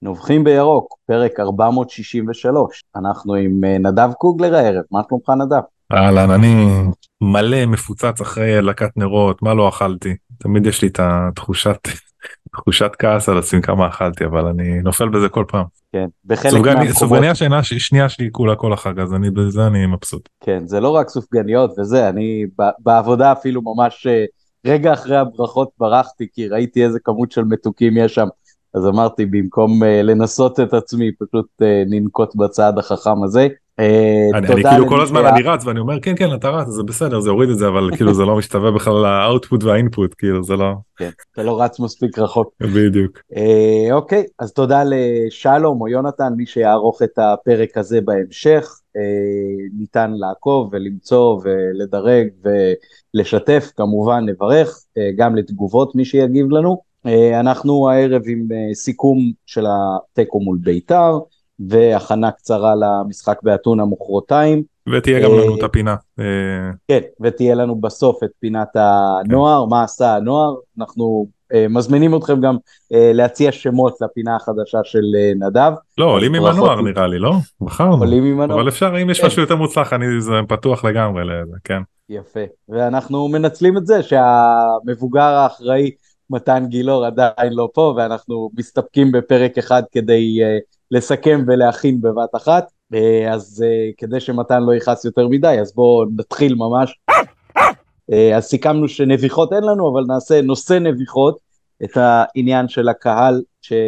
נובחים בירוק, פרק 463. אנחנו עם נדב קוגלר הערב. מה שלומך נדב? אהלן, אני מלא מפוצץ אחרי הדלקת נרות, מה לא אכלתי? תמיד יש לי את תחושת כעס על עצמי כמה אכלתי, אבל אני נופל בזה כל פעם. כן, בחלק סופגניה מהמקומות, שנייה שלי כולה כל החג, אז בזה אני מבסוט. כן, זה לא רק סופגניות וזה, אני בעבודה אפילו ממש רגע אחרי הברכות ברחתי, כי ראיתי איזה כמות של מתוקים יש שם, אז אמרתי במקום לנסות את עצמי, פשוט ננקוט בצעד החכם הזה. אני תודה כאילו כל למי הזמן שהיה, אני רץ ואני אומר כן כן אתה רץ זה בסדר זה הוריד את זה אבל כאילו זה לא משתווה בכלל לאוטפוט והאינפוט כאילו זה לא כן, אתה לא רץ מספיק רחוק. בדיוק. אוקיי, אז תודה לשלום או יונתן, מי שיערוך את הפרק הזה בהמשך. ניתן לעקוב ולמצוא ולדרג ולשתף, כמובן נברך, גם לתגובות מי שיגיב לנו. אנחנו הערב עם סיכום של התיקו מול ביתר, והכנה קצרה למשחק באתונה מחרתיים. ותהיה גם לנו את אה, הפינה. כן, ותהיה לנו בסוף את פינת כן. הנוער, מה עשה הנוער. אנחנו מזמינים אתכם גם להציע שמות לפינה החדשה של נדב, לא, אז עולים עם ברכות. הנוער נראה לי, לא? בחרנו. עולים עם הנוער. אבל אפשר, אם יש כן, משהו יותר מוצלח, זה פתוח לגמרי לזה, כן. יפה. ואנחנו מנצלים את זה שהמבוגר האחראי מתן גילאור עדיין לא פה, ואנחנו מסתפקים בפרק אחד כדי לסכם ולהכין בבת אחת. אז כדי שמתן לא יכעס יותר מדי, אז בואו נתחיל ממש. אז סיכמנו שנביחות אין לנו, אבל נעשה נושא נביחות, את העניין של הקהל,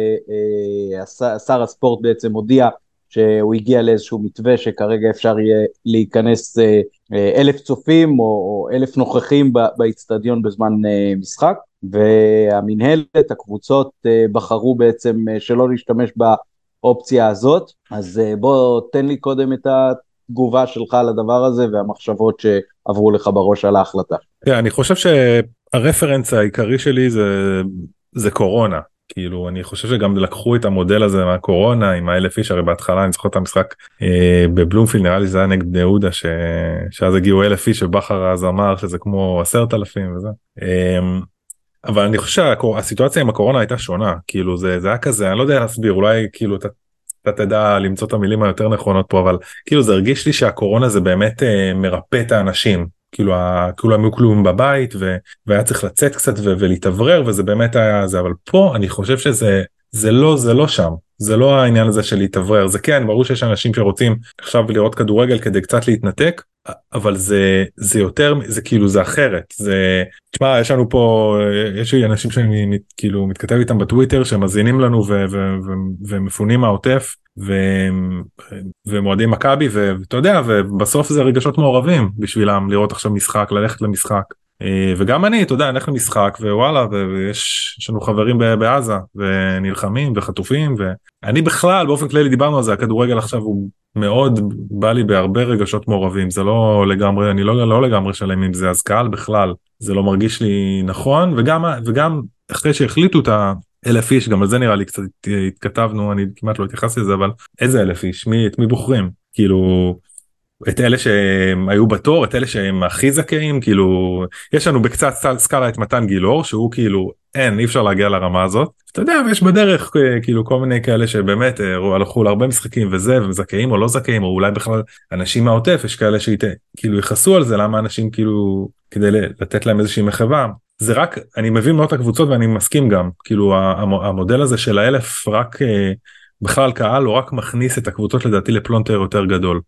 ששר הספורט בעצם הודיע שהוא הגיע לאיזשהו מתווה שכרגע אפשר יהיה להיכנס 1,000 צופים או 1,000 נוכחים באצטדיון בזמן משחק, והמנהלת, הקבוצות בחרו בעצם שלא להשתמש באופציה הזאת. אז בוא תן לי קודם את התגובה שלך לדבר הזה והמחשבות שעברו לך בראש על ההחלטה. כן, אני חושב שהרפרנס העיקרי שלי זה קורונה. כאילו, אני חושב שגם לקחו את המודל הזה מהקורונה עם האלף איש, הרי בהתחלה אני זוכר את המשחק בבלומפילד, נראה לי זה היה נגד בני יהודה, שאז הגיעו 1,000 איש, ובכר אז אמר שזה כמו 10,000 וזה. אבל אני חושב שהסיטואציה עם הקורונה הייתה שונה, כאילו זה היה כזה, אני לא יודע להסביר, אולי כאילו אתה תדע למצוא את המילים היותר נכונות פה, אבל כאילו זה הרגיש לי שהקורונה זה באמת מרפא את האנשים, כאילו כולם היו כלום בבית והיה צריך לצאת קצת ולהתאוורר וזה באמת היה זה, אבל פה אני חושב זה לא שם, זה לא העניין הזה של להתאוורר, זה כן, ברור שיש אנשים שרוצים עכשיו לראות כדורגל כדי קצת להתנתק, אבל זה יותר, זה כאילו זה אחרת, זה, תשמע, יש לנו פה, יש לי אנשים שאני כאילו מתכתב איתם בטוויטר שמזינים לנו ומפונים מהעוטף ומועדים מכבי ואתה יודע, ובסוף זה רגשות מעורבים בשבילם לראות עכשיו משחק, ללכת למשחק. וגם אני, אתה יודע, אני הולך למשחק ווואלה, ויש לנו חברים בעזה ונלחמים וחטופים, ואני בכלל באופן כללי דיברנו על זה, הכדורגל עכשיו הוא מאוד בא לי בהרבה רגשות מעורבים, זה לא לגמרי, אני לא לגמרי שלם עם זה, אז קהל בכלל זה לא מרגיש לי נכון, וגם אחרי שהחליטו את 1,000 איש, גם על זה נראה לי קצת התכתבנו, אני כמעט לא התייחסתי לזה, אבל איזה 1,000 איש, את מי בוחרים? כאילו, את אלה שהם היו בתור, את אלה שהם הכי זכאים, כאילו, יש לנו בקצת סקאלה את מתן גילאור, שהוא כאילו, אי אפשר להגיע לרמה הזאת, אתה יודע, ויש בדרך כאילו כל מיני כאלה שבאמת הלכו להרבה משחקים וזה, והם זכאים או לא זכאים, או אולי בכלל אנשים מהעוטף, יש כאלה שכאילו יכעסו על זה, למה אנשים כאילו, כדי לתת להם איזושהי מחווה, זה רק, אני מבין מאוד את הקבוצות ואני מסכים גם, כאילו המודל הזה של 1,000 רק בכלל קהל, הוא רק מכניס את הקבוצות לדעתי לפלונטר יותר גדול,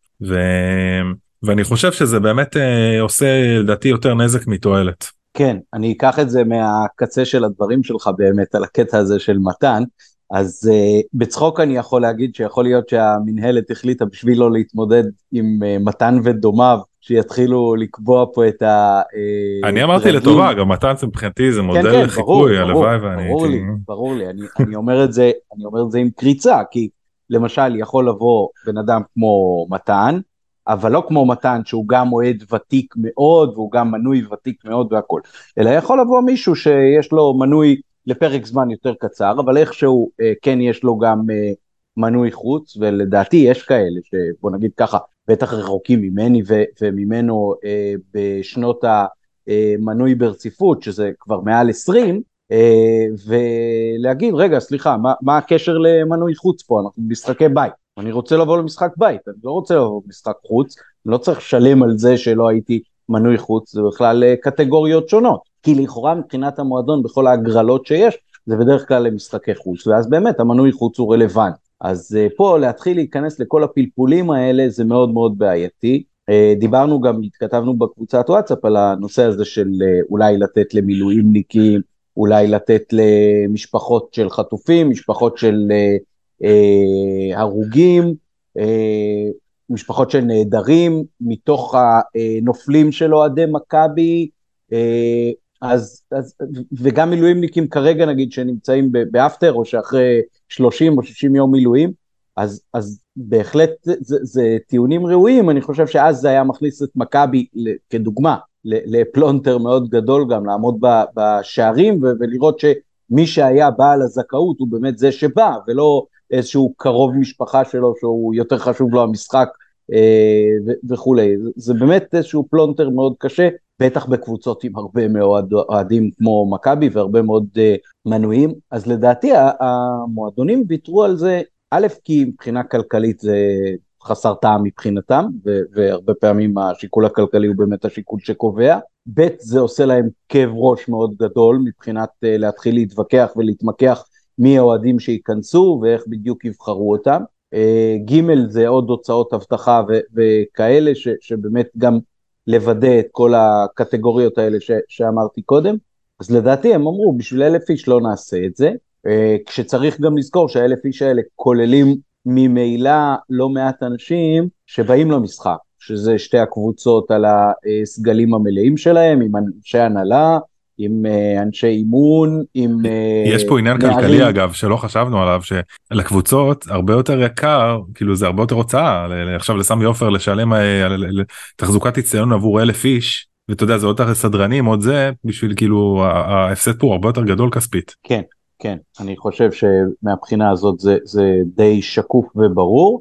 ואני חושב שזה באמת עושה לדעתי יותר נזק מתועלת. כן, אני אקח את זה מהקצה של הדברים שלך באמת על הקטע הזה של מתן. אז בצחוק אני יכול להגיד שיכול להיות שהמנהלת החליטה בשביל לא להתמודד עם מתן ודומיו, שיתחילו לקבוע פה את אני אמרתי הדרגים. לטובה, גם מתן מבחינתי זה כן, מודל כן, ברור, לחיקוי, ברור, הלוואי ואני ברור הייתי... לי, ברור לי. אני אומר את זה, אני אומר את זה עם קריצה, כי למשל יכול לבוא בן אדם כמו מתן, אבל לא כמו מתן שהוא גם אוהד ותיק מאוד, והוא גם מנוי ותיק מאוד והכל, אלא יכול לבוא מישהו שיש לו מנוי לפרק זמן יותר קצר, אבל איכשהו כן יש לו גם מנוי חוץ, ולדעתי יש כאלה שבוא נגיד ככה, בטח רחוקים ממני וממנו בשנות המנוי ברציפות, שזה כבר מעל 20, ולהגיד, רגע, סליחה, מה הקשר למנוי חוץ פה? אנחנו במשחקי בית. אני רוצה לבוא למשחק בית, אני לא רוצה לבוא למשחק חוץ, אני לא צריך לשלם על זה שלא הייתי מנוי חוץ, זה בכלל קטגוריות שונות. כי לכאורה מבחינת המועדון, בכל ההגרלות שיש, זה בדרך כלל למשחקי חוץ, ואז באמת המנוי חוץ הוא רלוונטי. אז פה להתחיל להיכנס לכל הפלפולים האלה, זה מאוד מאוד בעייתי. דיברנו גם, התכתבנו בקבוצת וואטסאפ על הנושא הזה של אולי לתת למילואימניקים, אולי לתת למשפחות של חטופים, משפחות של הרוגים, משפחות של נעדרים, מתוך הנופלים של אוהדי מכבי, וגם מילואימניקים כרגע נגיד שנמצאים באפטר, או שאחרי 30 או 60 יום מילואים, אז בהחלט זה טיעונים ראויים. אני חושב שאז זה היה מכניס את מכבי כדוגמה, לפלונטר מאוד גדול גם, לעמוד בשערים ולראות שמי שהיה בעל הזכאות הוא באמת זה שבא, ולא איזשהו קרוב משפחה שלו שהוא יותר חשוב לו המשחק וכו'. זה באמת איזשהו פלונטר מאוד קשה, בטח בקבוצות עם הרבה מאוד אוהדים כמו מכבי והרבה מאוד מנויים. אז לדעתי המועדונים ויתרו על זה, א', כי מבחינה כלכלית זה חסר טעם מבחינתם, והרבה פעמים השיקול הכלכלי הוא באמת השיקול שקובע. ב', זה עושה להם כאב ראש מאוד גדול, מבחינת להתחיל להתווכח ולהתמקח מי האוהדים שיכנסו, ואיך בדיוק יבחרו אותם. ג', זה עוד הוצאות הבטחה וכאלה, שבאמת גם לוודא את כל הקטגוריות האלה שאמרתי קודם. אז לדעתי הם אמרו, בשביל 1,000 איש לא נעשה את זה, כשצריך גם לזכור שה1,000 איש האלה כוללים ממילא לא מעט אנשים שבאים למשחק, שזה שתי הקבוצות על הסגלים המלאים שלהם, עם אנשי הנהלה, עם אנשי אימון, עם יש פה עניין כלכלי אגב שלא חשבנו עליו, שלקבוצות הרבה יותר יקר, כאילו זה הרבה יותר הוצאה, עכשיו לסמי עופר לשלם תחזוקת אצטדיון עבור 1,000 איש, ואתה יודע זה עוד סדרנים עוד זה, בשביל כאילו ההפסד פה הרבה יותר גדול כספית. כן. כן, אני חושב שמהבחינה הזאת זה די שקוף וברור,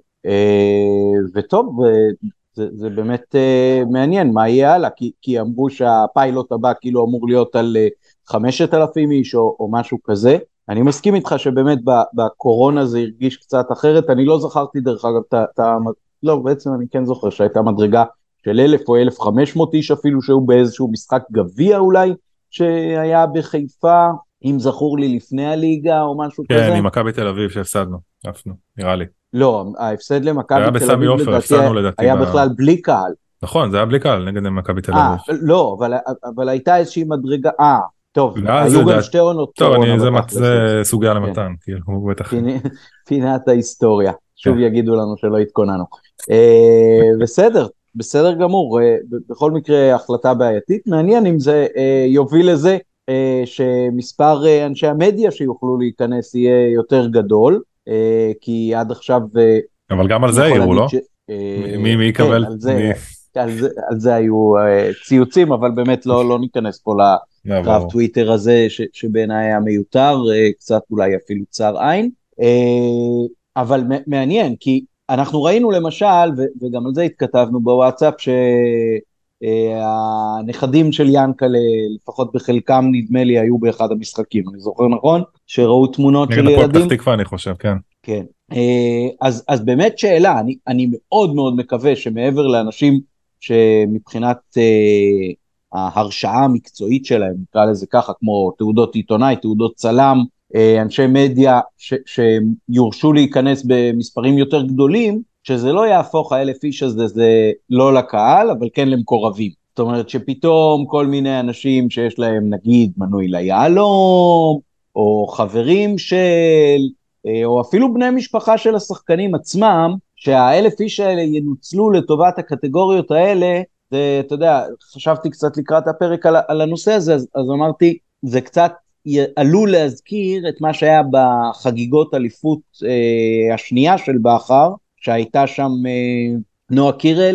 וטוב, זה באמת מעניין מה יהיה הלאה, כי אמרו שהפיילוט הבא כאילו אמור להיות על 5,000 איש או משהו כזה. אני מסכים איתך שבאמת בקורונה זה הרגיש קצת אחרת, אני לא זכרתי דרך אגב, לא, בעצם אני כן זוכר שהייתה מדרגה של 1,000 או 1,500 איש אפילו, שהיו באיזשהו משחק גביע אולי, שהיה בחיפה, אם זכור לי לפני הליגה או משהו כזה. כן, עם מכבי תל אביב שהפסדנו, נראה לי. לא, ההפסד למכבי תל אביב לדעתי היה בכלל בלי קהל. נכון, זה היה בלי קהל נגד מכבי תל אביב. לא, אבל הייתה איזושהי מדרגה, טוב, היו גם שתי עונות. טוב, זה סוגיה למתן, כאילו, בטח. פינת ההיסטוריה, שוב יגידו לנו שלא התכוננו. בסדר גמור, בכל מקרה החלטה בעייתית, מעניין אם זה יוביל לזה, שמספר אנשי המדיה שיוכלו להיכנס יהיה יותר גדול, כי עד עכשיו... אבל גם על זה העירו, לא? מי יקבל? על זה היו ציוצים, אבל באמת לא ניכנס פה לקרב טוויטר הזה, שבעיניי היה מיותר, קצת אולי אפילו צר עין, אבל מעניין, כי אנחנו ראינו למשל, וגם על זה התכתבנו בוואטסאפ, הנכדים של ינקלה, לפחות בחלקם נדמה לי, היו באחד המשחקים, אני זוכר נכון? שראו תמונות של ילדים. נגד הפועל פתח תקווה אני חושב, כן. כן, אז באמת שאלה, אני מאוד מאוד מקווה שמעבר לאנשים שמבחינת ההרשאה המקצועית שלהם, נקרא לזה ככה, כמו תעודות עיתונאי, תעודות צלם, אנשי מדיה שיורשו להיכנס במספרים יותר גדולים, שזה לא יהפוך 1,000 איש הזה, זה לא לקהל, אבל כן למקורבים. זאת אומרת שפתאום כל מיני אנשים שיש להם נגיד מנוי ליהלום, או חברים או אפילו בני משפחה של השחקנים עצמם, שה1,000 איש האלה ינוצלו לטובת הקטגוריות האלה, זה, אתה יודע, חשבתי קצת לקראת הפרק על הנושא הזה, אז אמרתי, זה קצת עלול להזכיר את מה שהיה בחגיגות אליפות השנייה של בכר, שהייתה שם נועה קירל,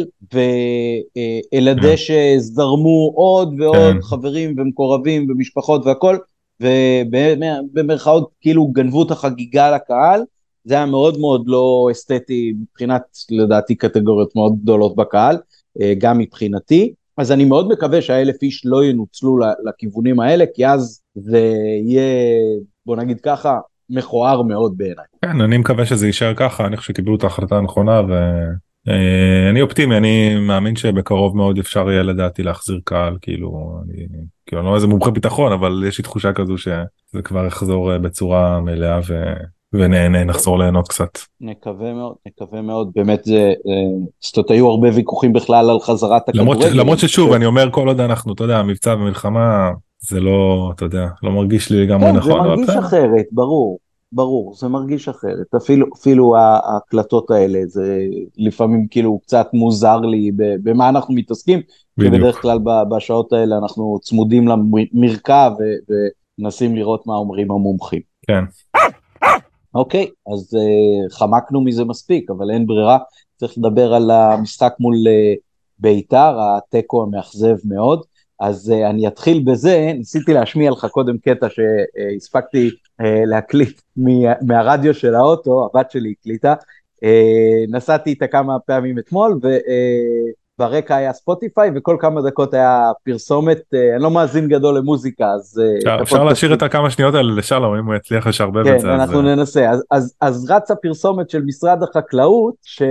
ואלעדש זרמו עוד ועוד חברים ומקורבים ומשפחות והכל, ובמרכאות כאילו גנבו את החגיגה לקהל. זה היה מאוד מאוד לא אסתטי מבחינת לדעתי קטגוריות מאוד גדולות בקהל, גם מבחינתי. אז אני מאוד מקווה שה1,000 איש לא ינוצלו לכיוונים האלה, כי אז זה יהיה, בוא נגיד ככה, מכוער מאוד בעיניי. כן, אני מקווה שזה יישאר ככה, אני חושב שקיבלו את ההחלטה הנכונה ואני אופטימי, אני מאמין שבקרוב מאוד אפשר יהיה לדעתי להחזיר קהל, כאילו אני לא איזה מומחה ביטחון, אבל יש לי תחושה כזו שזה כבר יחזור בצורה מלאה ונהנה, נחזור ליהנות קצת. נקווה מאוד, נקווה מאוד, באמת זאת אומרת, היו הרבה ויכוחים בכלל על חזרת הכדורגל. למרות ששוב, אני אומר כל עוד אנחנו, אתה יודע, מבצע ומלחמה, זה לא, אתה יודע, לא מרגיש לי לגמרי כן, זה נכון. מרגיש אחרת, ברור, ברור, זה מרגיש אחרת. אפילו ההקלטות האלה, זה לפעמים כאילו קצת מוזר לי במה אנחנו מתעסקים, שבדרך בדיוק. כלל בשעות האלה אנחנו צמודים למרקע ומנסים לראות מה אומרים המומחים. כן. אוקיי, אז חמקנו מזה מספיק, אבל אין ברירה, צריך לדבר על המשחק מול ביתר, התיקו המאכזב מאוד. אז אני אתחיל בזה, ניסיתי להשמיע לך קודם קטע שהספקתי להקליט מהרדיו של האוטו, הבת שלי הקליטה, נסעתי איתה כמה פעמים אתמול, וברקע היה ספוטיפיי, וכל כמה דקות היה פרסומת, אני לא מאזין גדול למוזיקה, אז... אפשר להשאיר את הכמה שניות האלה לשלום, אם הוא יצליח לשרבב את זה. כן, אנחנו ננסה. אז רצה פרסומת של משרד החקלאות,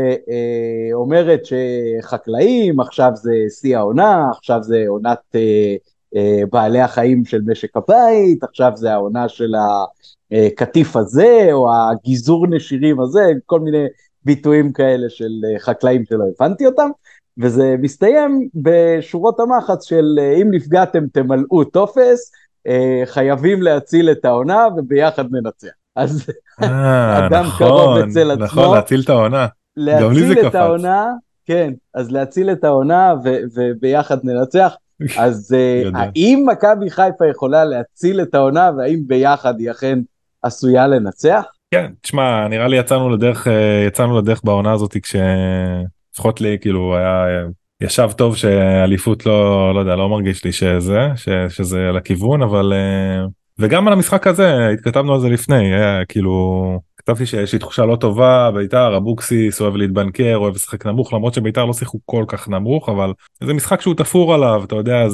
שאומרת שחקלאים, עכשיו זה שיא העונה, עכשיו זה עונת בעלי החיים של משק הבית, עכשיו זה העונה של הקטיף הזה, או הגיזור נשירים הזה, כל מיני ביטויים כאלה של חקלאים שלא הבנתי אותם, וזה מסתיים בשורות המחץ של אם נפגעתם תמלאו טופס, חייבים להציל את העונה וביחד ננצח. אז אדם קרוב אצל עצמו. נכון, להציל את העונה. גם לי זה להציל את קפץ. העונה, כן, אז להציל את העונה וביחד ננצח. אז האם מכבי חיפה יכולה להציל את העונה, והאם ביחד היא אכן עשויה לנצח? כן, תשמע, נראה לי יצאנו לדרך בעונה הזאת לפחות לי כאילו היה ישב טוב שאליפות לא יודע, לא מרגיש לי שזה לכיוון, אבל וגם על המשחק הזה התכתבנו על זה לפני, כאילו כתבתי שיש לי תחושה לא טובה, בית"ר, אבוקסיס אוהב להתבנקר, אוהב לשחק נמוך, למרות שבית"ר לא שיחקו כל כך נמוך, אבל זה משחק שהוא תפור עליו, אתה יודע,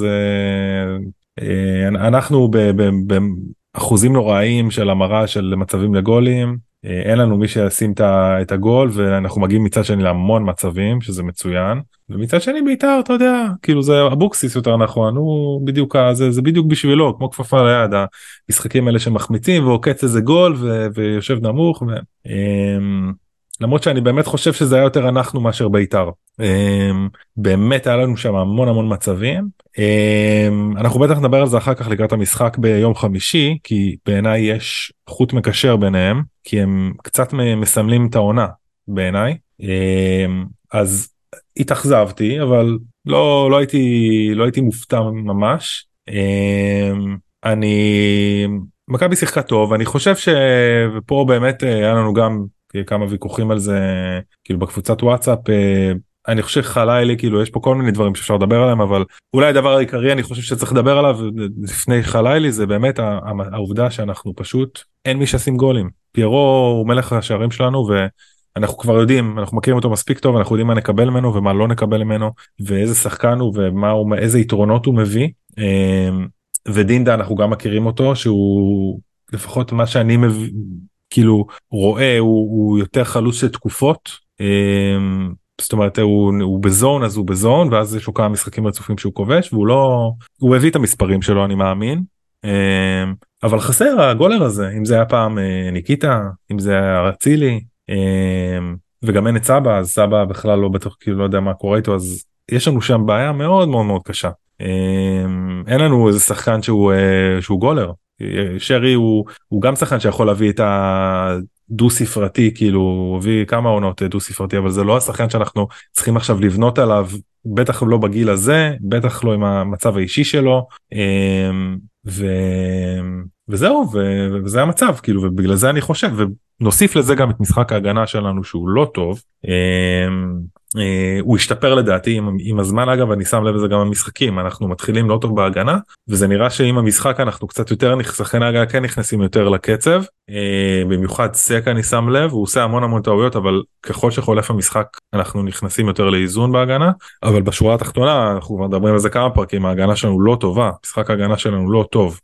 אנחנו באחוזים נוראים של המרה של מצבים לגולים, אין לנו מי שישים את הגול, ואנחנו מגיעים מצד שני להמון מצבים, שזה מצוין, ומצד שני בית"ר, אתה יודע, כאילו זה אבוקסיס יותר נכון, הוא בדיוק, זה בדיוק בשבילו, כמו כפפה ליד, המשחקים האלה שמחמיצים, ועוקץ איזה גול, ויושב נמוך, למרות שאני באמת חושב שזה היה יותר אנחנו מאשר בית"ר. באמת היה לנו שם המון המון מצבים. אנחנו בטח נדבר על זה אחר כך לקראת המשחק ביום חמישי, כי בעיניי יש חוט מקשר ביניהם, כי הם קצת מסמלים את העונה בעיניי. אז התאכזבתי, אבל לא הייתי מופתע ממש. מכבי שיחקה טוב, אני חושב ופה באמת היה לנו גם כמה ויכוחים על זה, כאילו בקבוצת וואטסאפ, אני חושב חלילי, כאילו יש פה כל מיני דברים שאפשר לדבר עליהם, אבל אולי הדבר העיקרי אני חושב שצריך לדבר עליו לפני חלילי, זה באמת העובדה שאנחנו פשוט, אין מי שעשים גולים. פיירו הוא מלך השערים שלנו, ואנחנו כבר יודעים, אנחנו מכירים אותו מספיק טוב, אנחנו יודעים מה נקבל ממנו ומה לא נקבל ממנו, ואיזה שחקן הוא ואיזה יתרונות הוא מביא. ודינדה אנחנו גם מכירים אותו, שהוא לפחות מה שאני כאילו רואה, הוא יותר חלוץ של תקופות, זאת אומרת הוא בזון, אז הוא בזון, ואז יש לו כמה משחקים רצופים שהוא כובש, הוא הביא את המספרים שלו, אני מאמין, אבל חסר הגולר הזה, אם זה היה פעם ניקיטה, אם זה היה רצילי, וגם אין את סבא, אז סבא בכלל לא בטוח, כאילו לא יודע מה קורה איתו, אז יש לנו שם בעיה מאוד מאוד מאוד קשה. אין לנו איזה שחקן שהוא גולר. שרי הוא גם שחקן שיכול להביא את הדו ספרתי, כאילו הוא הביא כמה עונות דו ספרתי, אבל זה לא השחקן שאנחנו צריכים עכשיו לבנות עליו, בטח לא בגיל הזה, בטח לא עם המצב האישי שלו, וזהו, וזה המצב, כאילו, ובגלל זה אני חושב, ונוסיף לזה גם את משחק ההגנה שלנו שהוא לא טוב, הוא השתפר לדעתי עם הזמן. אגב, אני שם לב לזה גם במשחקים, אנחנו מתחילים לא טוב בהגנה, וזה נראה שעם המשחק אנחנו קצת יותר, שחקני ההגנה כן נכנסים יותר לקצב, במיוחד סק אני שם לב, הוא עושה המון טעויות, אבל ככל שחולף המשחק אנחנו נכנסים יותר לאיזון בהגנה, אבל בשורה התחתונה אנחנו כבר מדברים על זה כמה פרקים, ההגנה שלנו לא טובה, משחק ההגנה שלנו לא טוב,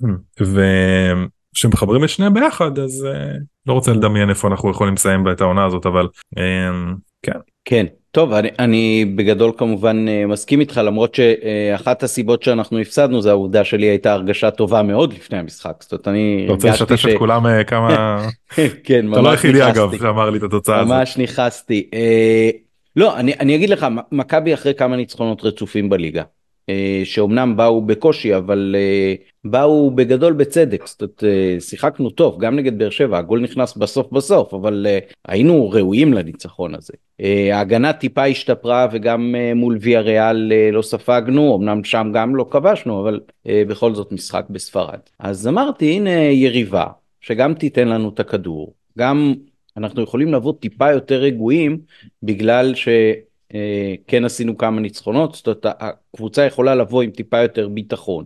וכשמחברים את שניהם ביחד אז לא רוצה לדמיין איפה אנחנו יכולים לסיים את העונה הזאת, אבל כן. כן, טוב, אני בגדול כמובן מסכים איתך, למרות שאחת הסיבות שאנחנו הפסדנו זה העובדה שלי הייתה הרגשה טובה מאוד לפני המשחק. זאת אומרת, אני רוצה לשתף את כולם כמה... כן, אתה לא היחידי אגב שאמר לי את התוצאה הזאת. ממש נכנסתי. לא, אני אגיד לך, מכבי אחרי כמה ניצחונות רצופים בליגה, שאומנם באו בקושי, אבל באו בגדול בצדק. זאת אומרת, שיחקנו טוב, גם נגד באר שבע, הגול נכנס בסוף, אבל היינו ראויים לניצחון הזה. ההגנה טיפה השתפרה, וגם מול ויה ריאל לא ספגנו, אמנם שם גם לא כבשנו, אבל בכל זאת משחק בספרד. אז אמרתי, הנה יריבה, שגם תיתן לנו את הכדור, גם אנחנו יכולים לבוא טיפה יותר רגועים, בגלל כן עשינו כמה ניצחונות, זאת אומרת, הקבוצה יכולה לבוא עם טיפה יותר ביטחון.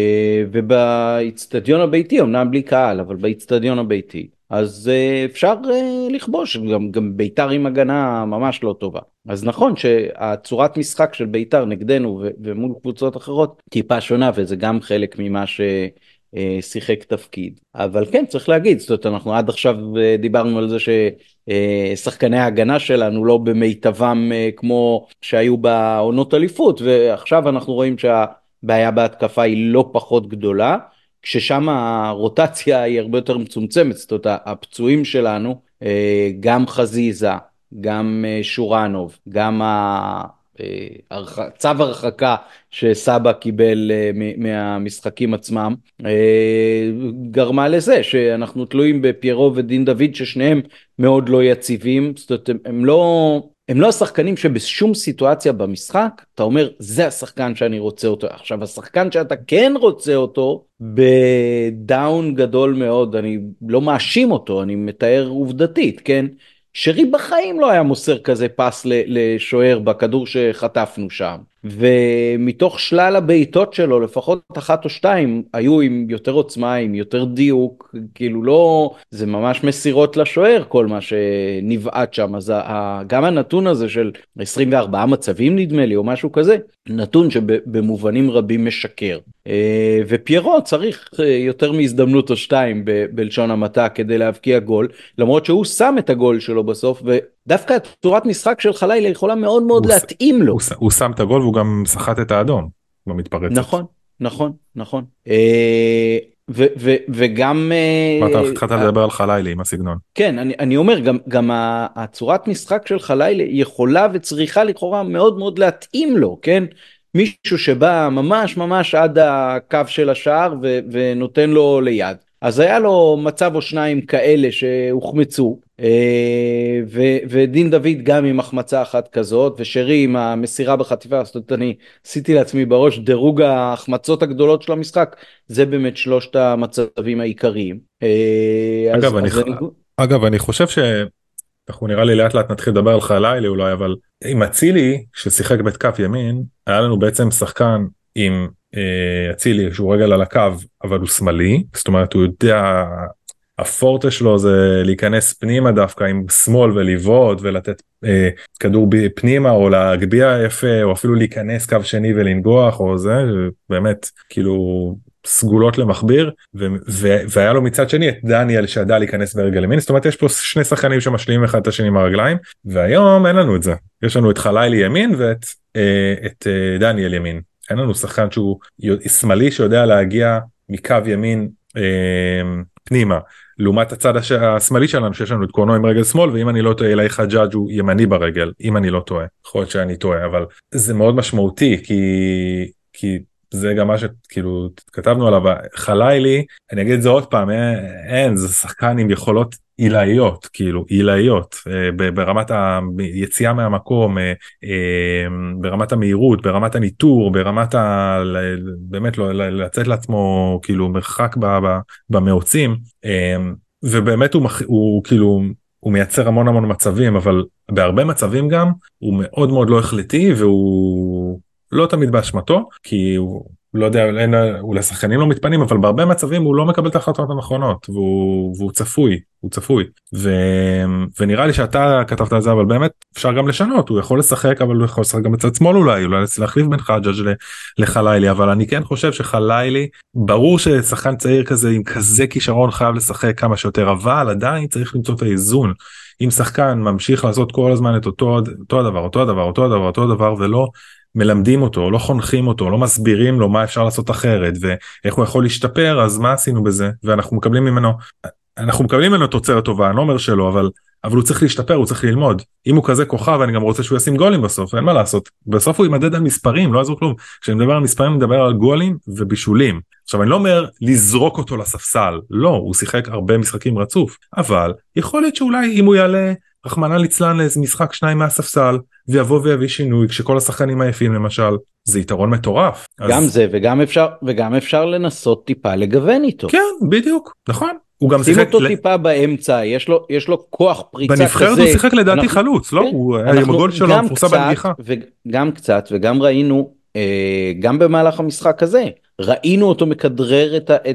ובאצטדיון הביתי, אמנם בלי קהל, אבל באצטדיון הביתי, אז אפשר לכבוש, גם ביתר עם הגנה ממש לא טובה. אז נכון שהצורת משחק של ביתר נגדנו ומול קבוצות אחרות טיפה שונה, וזה גם חלק ממה שיחק תפקיד. אבל כן, צריך להגיד, זאת אומרת, אנחנו עד עכשיו דיברנו על זה ששחקני ההגנה שלנו לא במיטבם כמו שהיו בעונות אליפות, ועכשיו אנחנו רואים שהבעיה בהתקפה היא לא פחות גדולה, כששם הרוטציה היא הרבה יותר מצומצמת. זאת אומרת, הפצועים שלנו, גם חזיזה, גם שורנוב, גם צו הרחקה שסבא קיבל מהמשחקים עצמם, גרמה לזה שאנחנו תלויים בפיירו ודין דוד, ששניהם מאוד לא יציבים. זאת אומרת, הם לא השחקנים שבשום סיטואציה במשחק אתה אומר זה השחקן שאני רוצה אותו. עכשיו השחקן שאתה כן רוצה אותו בדאון גדול מאוד, אני לא מאשים אותו, אני מתאר עובדתית, כן? שרי בחיים לא היה מוסר כזה פס לשוער בכדור שחטפנו שם, ומתוך שלל הבעיטות שלו לפחות אחת או שתיים היו עם יותר עוצמה, עם יותר דיוק, כאילו לא, זה ממש מסירות לשוער כל מה שנבעט שם. אז גם הנתון הזה של 24 מצבים נדמה לי או משהו כזה, נתון שבמובנים רבים משקר. ופיירו צריך יותר מהזדמנות או שתיים בלשון המעטה כדי להבקיע גול, למרות שהוא שם את הגול שלו בסוף, ודווקא צורת משחק של חלילה יכולה מאוד מאוד להתאים לו. הוא שם את הגול והוא גם שחט את האדום במתפרצת. נכון. וגם... אתה התחלת לדבר על חלילה עם הסגנון. כן, אני אומר, גם הצורת משחק של חלילה יכולה וצריכה לכאורה מאוד מאוד להתאים לו, כן? מישהו שבא ממש עד הקו של השער ונותן לו ליד. אז היה לו מצב או שניים כאלה שהוחמצו, ודין דוד גם עם החמצה אחת כזאת, ושרי עם המסירה בחטיפה. זאת אומרת, אני עשיתי לעצמי בראש דירוג ההחמצות הגדולות של המשחק, זה באמת שלושת המצבים העיקריים. אגב, אני חושב אנחנו נראה לי לאט לאט נתחיל לדבר על חלילי אולי, אבל עם אצילי ששיחק בתקף ימין, היה לנו בעצם שחקן עם אצילי שהוא רגל על הקו אבל הוא שמאלי, זאת אומרת הוא יודע, הפורטה שלו זה להיכנס פנימה דווקא עם שמאל ולבעוט ולתת כדור פנימה או להגביע יפה, או אפילו להיכנס קו שני ולנגוח, או זה באמת כאילו סגולות למחביר, והיה לו מצד שני את דניאל שידע להיכנס ברגל ימין. זאת אומרת יש פה שני שחקנים שמשלימים אחד את השני מהרגליים, והיום אין לנו את זה. יש לנו את חלילי ימין ואת דניאל ימין. אין לנו שחקן שהוא שמאלי שיודע להגיע מקו ימין פנימה, לעומת הצד השמאלי שלנו שיש לנו את קורנו עם רגל שמאל, ואם אני לא טועה אלי חג'אג' הוא ימני ברגל, אם אני לא טועה, יכול להיות שאני טועה, אבל זה מאוד משמעותי, כי זה גם מה שכאילו כתבנו עליו. חלילי, אני אגיד את זה עוד פעם, זה שחקן עם יכולות עילאיות, כאילו עילאיות, ברמת היציאה מהמקום, ברמת המהירות, ברמת הניטור, ברמת באמת לצאת לעצמו כאילו מרחק במעוצים, ובאמת הוא כאילו הוא מייצר המון המון מצבים, אבל בהרבה מצבים גם הוא מאוד מאוד לא החלטי, והוא לא תמיד באשמתו, כי הוא לא יודע, אולי שחקנים לא מתפנים, אבל בהרבה מצבים הוא לא מקבל את ההחלטות הנכונות, והוא צפוי, הוא צפוי. ונראה לי שאתה כתבת על זה, אבל באמת אפשר גם לשנות, הוא יכול לשחק, אבל הוא יכול לשחק גם בצד שמאל אולי להחליף בין חג'אג' לחלילי, אבל אני כן חושב שחלילי, ברור ששחקן צעיר כזה עם כזה כישרון חייב לשחק כמה שיותר, אבל עדיין צריך למצוא את האיזון. אם שחקן ממשיך לעשות כל הזמן את אותו הדבר, אותו דבר, ולא מלמדים אותו, לא חונכים אותו, לא מסבירים לו מה אפשר לעשות אחרת, ואיך הוא יכול להשתפר, אז מה עשינו בזה? ואנחנו מקבלים ממנו תוצרת טובה, אני לא אומר שלא, אבל הוא צריך להשתפר, הוא צריך ללמוד. אם הוא כזה כוכב, אני גם רוצה שהוא ישים גולים בסוף, אין מה לעשות. בסוף הוא יימדד על מספרים, לא יעזור כלום. כשאני מדבר על מספרים, אני מדבר על גולים ובישולים. עכשיו, אני לא אומר לזרוק אותו לספסל, לא, הוא שיחק הרבה משחקים רצוף, אבל יכול להיות שאולי אם הוא יעלה רחמנא ליצלן לאיזה משחק שניים מהספסל, ויבוא ויביא שינוי, כשכל השחקנים עייפים למשל, זה יתרון מטורף. גם זה, וגם אפשר לנסות טיפה לגוון איתו. כן, בדיוק, נכון. הוא גם שים אותו טיפה באמצע, יש לו כוח פריצה כזה. בנבחרת הוא שיחק לדעתי חלוץ, לא? הוא היה עם הגול שלו מפורסם בנגיחה. וגם קצת, וגם ראינו, גם במהלך המשחק הזה, ראינו אותו מכדרר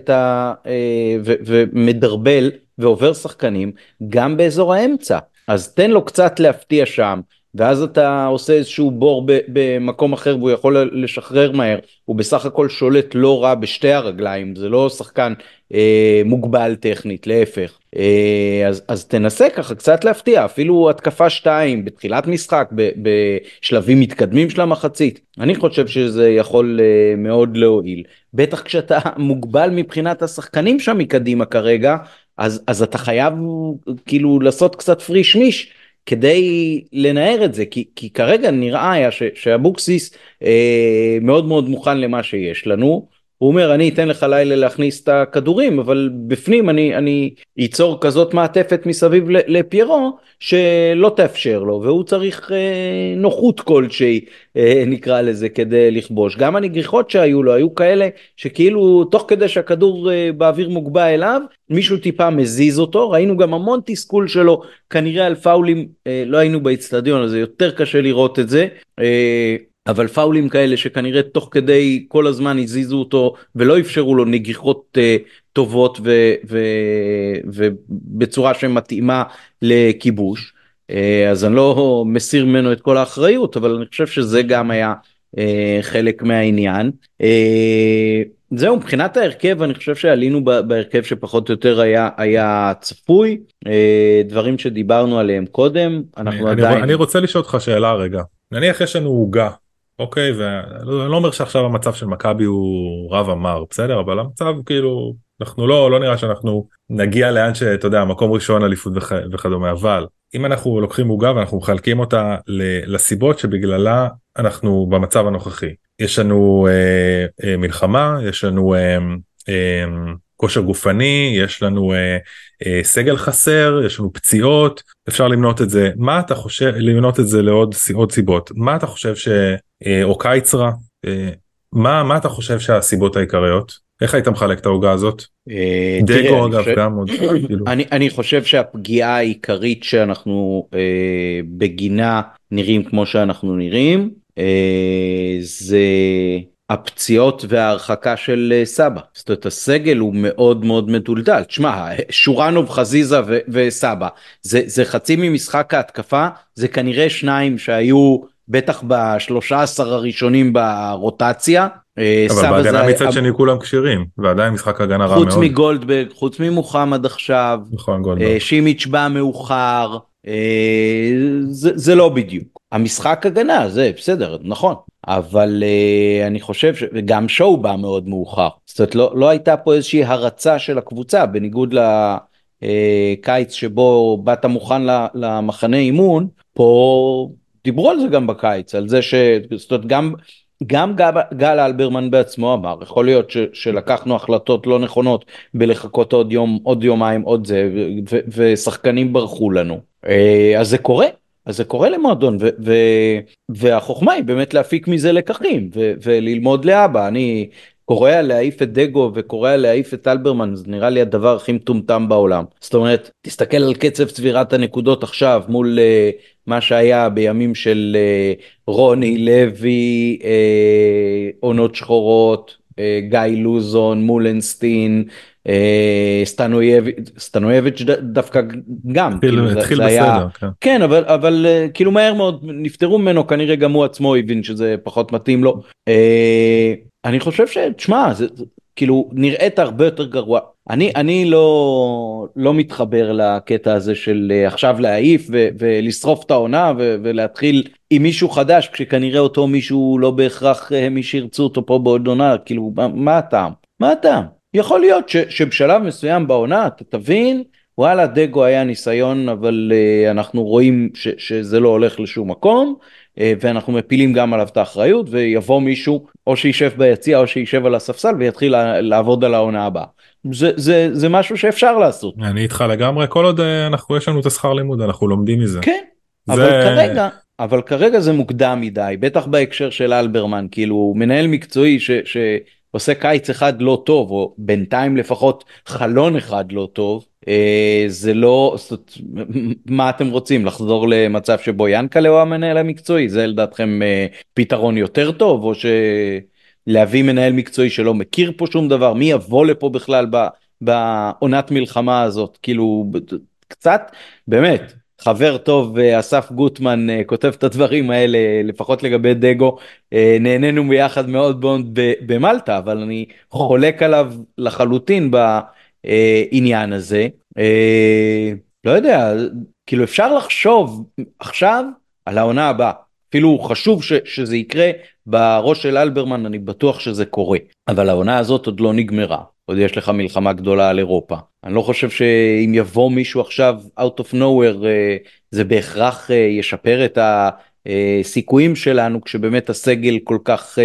ומדרבל ועובר שחקנים, גם באזור האמצע. אז תן לו קצת להפתיע שם, ואז אתה עושה איזשהו בור במקום אחר, והוא יכול לשחרר מהר, הוא בסך הכל שולט לא רע בשתי הרגליים, זה לא שחקן מוגבל טכנית, להפך. אז תנסה ככה קצת להפתיע, אפילו התקפה 2 בתחילת משחק, בשלבים מתקדמים של המחצית, אני חושב שזה יכול מאוד להועיל, בטח כשאתה מוגבל מבחינת השחקנים שם מקדימה כרגע, אז אתה חייב כאילו לעשות קצת פריש מיש, כדי לנער את זה, כי כרגע נראה היה שאבוקסיס מאוד מאוד מוכן למה שיש לנו, הוא אומר אני אתן לך לילה להכניס את הכדורים, אבל בפנים אני ייצור כזאת מעטפת מסביב לפיירו, שלא תאפשר לו, והוא צריך נוחות כלשהי, נקרא לזה, כדי לכבוש. גם הנגיחות שהיו לו, היו כאלה שכאילו תוך כדי שהכדור באוויר מוגבע אליו, מישהו טיפה מזיז אותו, ראינו גם המון תסכול שלו, כנראה על פאולים, לא היינו באצטדיון, אז זה יותר קשה לראות את זה, אבל פאולים כאלה שכנראה תוך כדי כל הזמן הזיזו אותו, ולא אפשרו לו נגיחות טובות ובצורה שמתאימה לכיבוש, אז אני לא מסיר ממנו את כל האחריות, אבל אני חושב שזה גם היה חלק מהעניין. זהו, מבחינת ההרכב, אני חושב שעלינו בהרכב שפחות או יותר היה צפוי, דברים שדיברנו עליהם קודם, אני רוצה לשאול אותך שאלה רגע, נניח יש לנו עוגה, אוקיי, ואני לא אומר שעכשיו המצב של מכבי הוא רב אמר, בסדר, אבל המצב כאילו, אנחנו לא נראה שאנחנו נגיע לאן שאתה יודע, מקום ראשון אליפות וכדומה, אבל אם אנחנו לוקחים עוגה ואנחנו מחלקים אותה לסיבות שבגללה אנחנו במצב הנוכחי, יש לנו מלחמה, יש לנו כושר גופני, יש לנו סגל חסר, יש לנו פציעות, אפשר למנות את זה, מה אתה חושב, למנות את זה לעוד סיבות, מה אתה חושב או קיץ רע, מה אתה חושב שהסיבות העיקריות? איך היית מחלק את ההוגה הזאת? דגו אגב גם עוד. אני חושב שהפגיעה העיקרית שאנחנו בגינה נראים כמו שאנחנו נראים, זה הפציעות וההרחקה של סבא. זאת אומרת, הסגל הוא מאוד מאוד מדולדל. תשמע, שורנוב, חזיזה וסבא, זה חצי ממשחק ההתקפה, זה כנראה שניים שהיו בטח ב13 הראשונים ברוטציה. אבל בהגנה מצד שני כולם קשירים, ועדיין משחק הגנה רע מאוד. חוץ מגולדברג, חוץ ממוחמד עכשיו, נכון, גולדברג. שימיץ' בא מאוחר, זה לא בדיוק. המשחק הגנה, זה בסדר, נכון. אבל אני חושב שגם שואו בא מאוד מאוחר. זאת אומרת, לא הייתה פה איזושהי הרצה של הקבוצה, בניגוד לקיץ שבו באת מוכן למחנה אימון, פה דיברו על זה גם בקיץ, על זה זאת אומרת, גם גל אלברמן בעצמו אמר, יכול להיות שלקחנו החלטות לא נכונות בלחכות עוד יום, עוד יומיים, עוד זה, ושחקנים ברחו לנו. אז זה קורה. אז זה קורה למועדון, והחוכמה היא באמת להפיק מזה לקחים, וללמוד לאבא. אני קוריאה להעיף את דגו וקוריאה להעיף את אלברמן, זה נראה לי הדבר הכי מטומטם בעולם. זאת אומרת, תסתכל על קצב צבירת הנקודות עכשיו מול מה שהיה בימים של רוני לוי, עונות שחורות, גיא לוזון, מולנסטין, סטנויביץ' דווקא גם, כאילו התחיל זה היה, בסדר, כן. כן, אבל כאילו מהר מאוד נפטרו ממנו, כנראה גם הוא עצמו הבין שזה פחות מתאים לו. אני חושב שתשמע, כאילו נראית הרבה יותר גרוע. אני לא מתחבר לקטע הזה של עכשיו להעיף ולשרוף את העונה ולהתחיל עם מישהו חדש, כשכנראה אותו מישהו לא בהכרח מי שירצו אותו פה בעוד עונה, כאילו מה הטעם? מה הטעם? יכול להיות שבשלב מסוים בעונה אתה תבין, וואלה דגו היה ניסיון, אבל אנחנו רואים שזה לא הולך לשום מקום, ואנחנו מפילים גם עליו את האחריות, ויבוא מישהו או שישב ביציע או שישב על הספסל ויתחיל לעבוד על העונה הבאה. זה משהו שאפשר לעשות. אני איתך לגמרי, כל עוד יש לנו את השכר לימוד, אנחנו לומדים מזה. כן, זה... אבל כרגע זה מוקדם מדי, בטח בהקשר של אלברמן, כאילו מנהל מקצועי שעושה קיץ אחד לא טוב, או בינתיים לפחות חלון אחד לא טוב, זה לא, מה אתם רוצים, לחזור למצב שבו ינקלה הוא המנהל המקצועי? זה לדעתכם פתרון יותר טוב, או להביא מנהל מקצועי שלא מכיר פה שום דבר? מי יבוא לפה בכלל בעונת מלחמה הזאת? כאילו קצת, באמת, חבר טוב אסף גוטמן כותב את הדברים האלה, לפחות לגבי דגו, נהנינו ביחד מאוד מאוד במלטה, אבל אני חולק עליו לחלוטין בעניין הזה. לא יודע, כאילו אפשר לחשוב עכשיו על העונה הבאה, אפילו חשוב שזה יקרה בראש של אלברמן, אני בטוח שזה קורה, אבל העונה הזאת עוד לא נגמרה, עוד יש לך מלחמה גדולה על אירופה. אני לא חושב שאם יבוא מישהו עכשיו out of nowhere זה בהכרח ישפר את הסיכויים שלנו, כשבאמת הסגל כל כך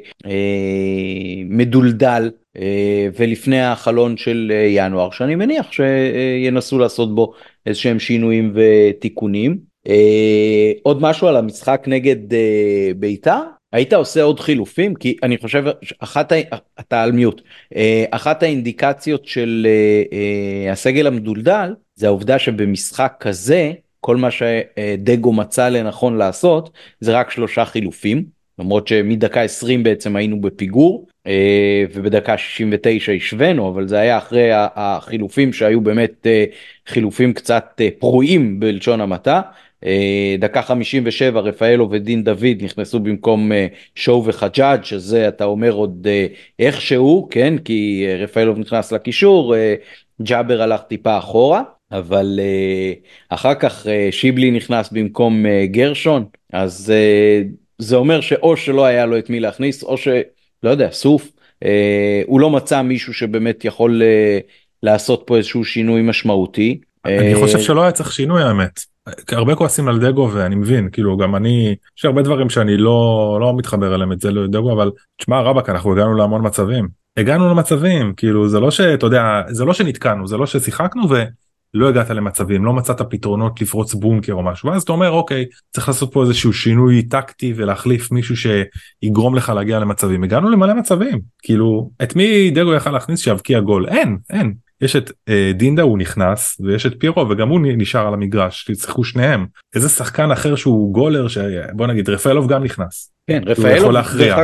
מדולדל, ולפני החלון של ינואר, שאני מניח שינסו לעשות בו איזשהם שינויים ותיקונים. עוד משהו על המשחק נגד בית"ר? היית עושה עוד חילופים? כי אני חושב, אתה על מיוט, אחת האינדיקציות של הסגל המדולדל, זה העובדה שבמשחק כזה, כל מה שדגו מצא לנכון לעשות, זה רק 3 חילופים, למרות שמדקה 20 בעצם היינו בפיגור, ובדקה 69 השווינו, אבל זה היה אחרי החילופים שהיו באמת חילופים קצת פרועים בלשון המעטה. דקה 57 רפאלו ודין דוד נכנסו במקום שואו וחג'אג', שזה אתה אומר עוד איכשהו, כן, כי רפאלו נכנס לקישור, ג'אבר הלך טיפה אחורה, אבל אחר כך שיבלי נכנס במקום גרשון, אז זה אומר שאו שלא היה לו את מי להכניס, או שלא יודע, סוף, הוא לא מצא מישהו שבאמת יכול לעשות פה איזשהו שינוי משמעותי. אני חושב שלא היה צריך שינוי, האמת. הרבה כועסים על דגו, ואני מבין, כאילו גם אני, יש הרבה דברים שאני לא מתחבר אליהם את זה לדגו, אבל תשמע רבק, אנחנו הגענו להמון מצבים. הגענו למצבים, כאילו זה לא שאתה יודע, זה לא שנתקענו, זה לא ששיחקנו ולא הגעת למצבים, לא מצאת פתרונות לפרוץ בונקר או משהו, ואז אתה אומר אוקיי, צריך לעשות פה איזשהו שינוי טקטי ולהחליף מישהו שיגרום לך להגיע למצבים. הגענו למלא מצבים, כאילו את מי דגו יכל להכניס שיבקיע גול? אין. יש את דינדה, הוא נכנס, ויש את פירו, וגם הוא נשאר על המגרש, תצחקו שניהם. איזה שחקן אחר שהוא גולר, בוא נגיד, רפאלוב גם נכנס. כן, רפאלוב,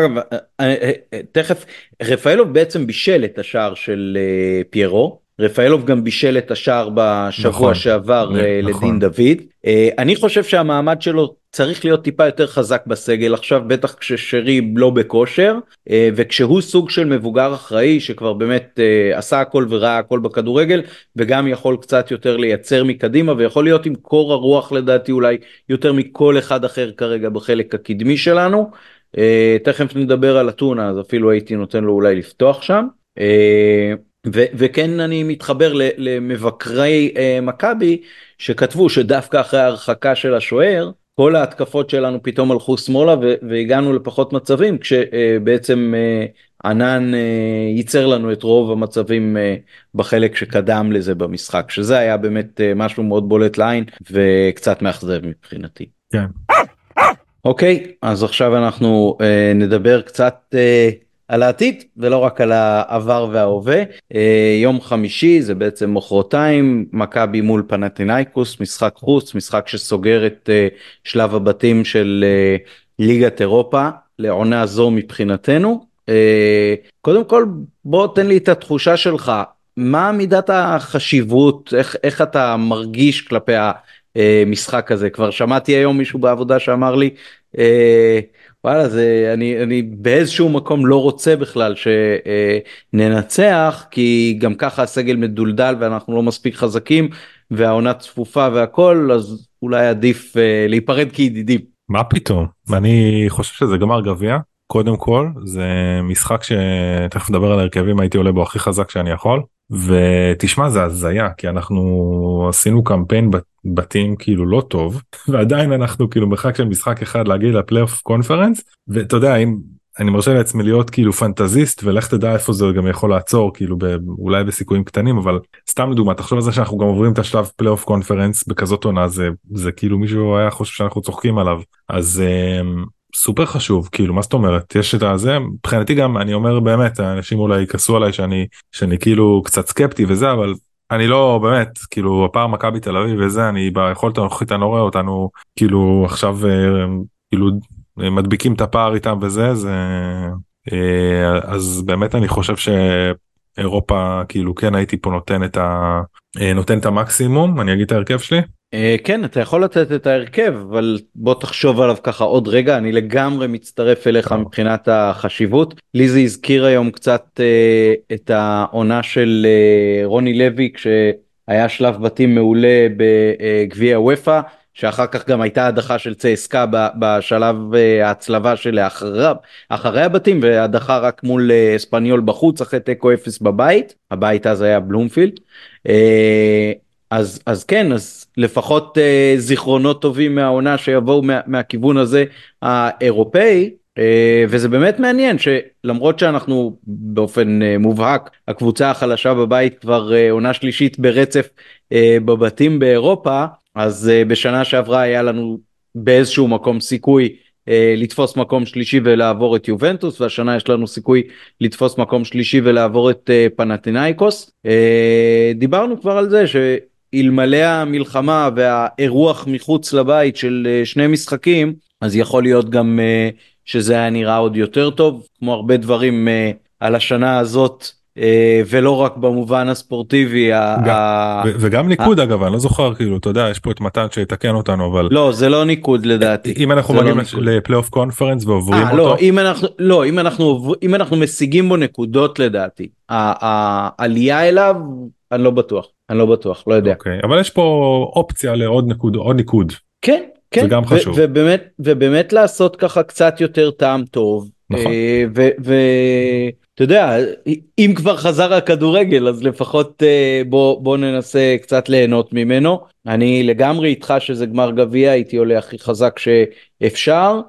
תכף, רפאלוב בעצם בישל את השער של פיירו, רפאלוב גם בישל את השער בשבוע שעבר לדין דוד. אני חושב שהמעמד שלו צריך להיות טיפה יותר חזק בסגל עכשיו, בטח כששרי לא בכושר, וכשהוא סוג של מבוגר אחראי שכבר באמת עשה הכל וראה הכל בכדורגל, וגם יכול קצת יותר לייצר מקדימה, ויכול להיות עם קור הרוח לדעתי אולי יותר מכל אחד אחר כרגע בחלק הקדמי שלנו. תכף נדבר על אתונה, אז אפילו הייתי נותן לו אולי לפתוח שם. וכן אני מתחבר למבקרי מכבי שכתבו שדווקא אחרי ההרחקה של השוער, כל ההתקפות שלנו פתאום הלכו שמאלה והגענו לפחות מצבים, כשבעצם ענן ייצר לנו את רוב המצבים בחלק שקדם לזה במשחק, שזה היה באמת משהו מאוד בולט לעין וקצת מאכזב מבחינתי. כן. אוקיי, אז עכשיו אנחנו נדבר קצת על העתיד ולא רק על העבר וההווה. יום חמישי זה בעצם מחרתיים, מכבי מול פנתינייקוס, משחק חוץ, משחק שסוגר את שלב הבתים של ליגת אירופה לעונה זו מבחינתנו. קודם כל בוא תן לי את התחושה שלך, מה מידת החשיבות, איך אתה מרגיש כלפי המשחק הזה? כבר שמעתי היום מישהו בעבודה שאמר לי, וואלה, אני באיזשהו מקום לא רוצה בכלל שננצח, כי גם ככה הסגל מדולדל ואנחנו לא מספיק חזקים, והעונה צפופה והכל, אז אולי עדיף להיפרד כידידים. מה פתאום? אני חושב שזה גמר גביע. קודם כל זה משחק שתכף נדבר על הרכבים, הייתי עולה בו הכי חזק שאני יכול, ותשמע זה הזיה, כי אנחנו עשינו קמפיין בתים כאילו לא טוב, ועדיין אנחנו כאילו מרחק של משחק אחד להגיע לפלייאוף קונפרנס, ואתה יודע, אם אני מרשה לעצמי להיות כאילו פנטזיסט, ולך תדע איפה זה גם יכול לעצור, כאילו אולי בסיכויים קטנים, אבל סתם לדוגמה, תחשוב על זה שאנחנו גם עוברים את השלב פלייאוף קונפרנס בכזאת עונה, זה כאילו מישהו היה חושב שאנחנו צוחקים עליו, אז סופר חשוב, כאילו מה זאת אומרת, יש את הזה, מבחינתי גם אני אומר באמת, אנשים אולי יכעסו עליי שאני כאילו קצת סקפטי וזה, אבל אני לא באמת, כאילו הפער מכבי תל אביב וזה, אני ביכולת הנוכחית אני לא רואה אותנו, כאילו עכשיו כאילו מדביקים את הפער איתם וזה, אז באמת אני חושב שאירופה כאילו כן הייתי פה נותן את המקסימום, אני אגיד את ההרכב שלי. כן, אתה יכול לתת את ההרכב, אבל בוא תחשוב עליו ככה עוד רגע, אני לגמרי מצטרף אליך מבחינת החשיבות. ליזי הזכיר היום קצת את העונה של רוני לוי, כשהיה שלב בתים מעולה בגביע וופא, שאחר כך גם הייתה הדחה של צסקה בשלב ההצלבה של אחרי הבתים, והדחה רק מול אספניול בחוץ, אחרי תיקו 0 בבית, הבית אז היה בלומפילד. אז כן, אז לפחות זיכרונות טובים מהעונה שיבואו מהכיוון הזה האירופאי, וזה באמת מעניין שלמרות שאנחנו באופן מובהק הקבוצה החלשה בבית כבר עונה שלישית ברצף בבתים באירופה, אז בשנה שעברה היה לנו באיזשהו מקום סיכוי לתפוס מקום שלישי ולעבור את יובנטוס, והשנה יש לנו סיכוי לתפוס מקום שלישי ולעבור את פנתינייקוס. דיברנו כבר על זה שאלמלא המלחמה והאירוח מחוץ לבית של שני משחקים, אז יכול להיות גם שזה היה נראה עוד יותר טוב, כמו הרבה דברים על השנה הזאת, ולא רק במובן הספורטיבי. וגם ניקוד אגב, אני לא זוכר, כאילו, אתה יודע, יש פה את מתן שיתקן אותנו, אבל... לא, זה לא ניקוד לדעתי. אם אנחנו מגיעים לפלייאוף קונפרנס ועוברים אותו... לא, אם אנחנו משיגים בו נקודות לדעתי, העלייה אליו, אני לא בטוח, לא יודע. אוקיי, אבל יש פה אופציה לעוד ניקוד. כן, כן. זה גם חשוב. ובאמת לעשות ככה קצת יותר טעם טוב. נכון. אתה יודע, אם כבר חזר הכדורגל, אז לפחות בוא ננסה קצת ליהנות ממנו. אני לגמרי איתך שזה גמר גביע, הייתי עולה הכי חזק שאפשר,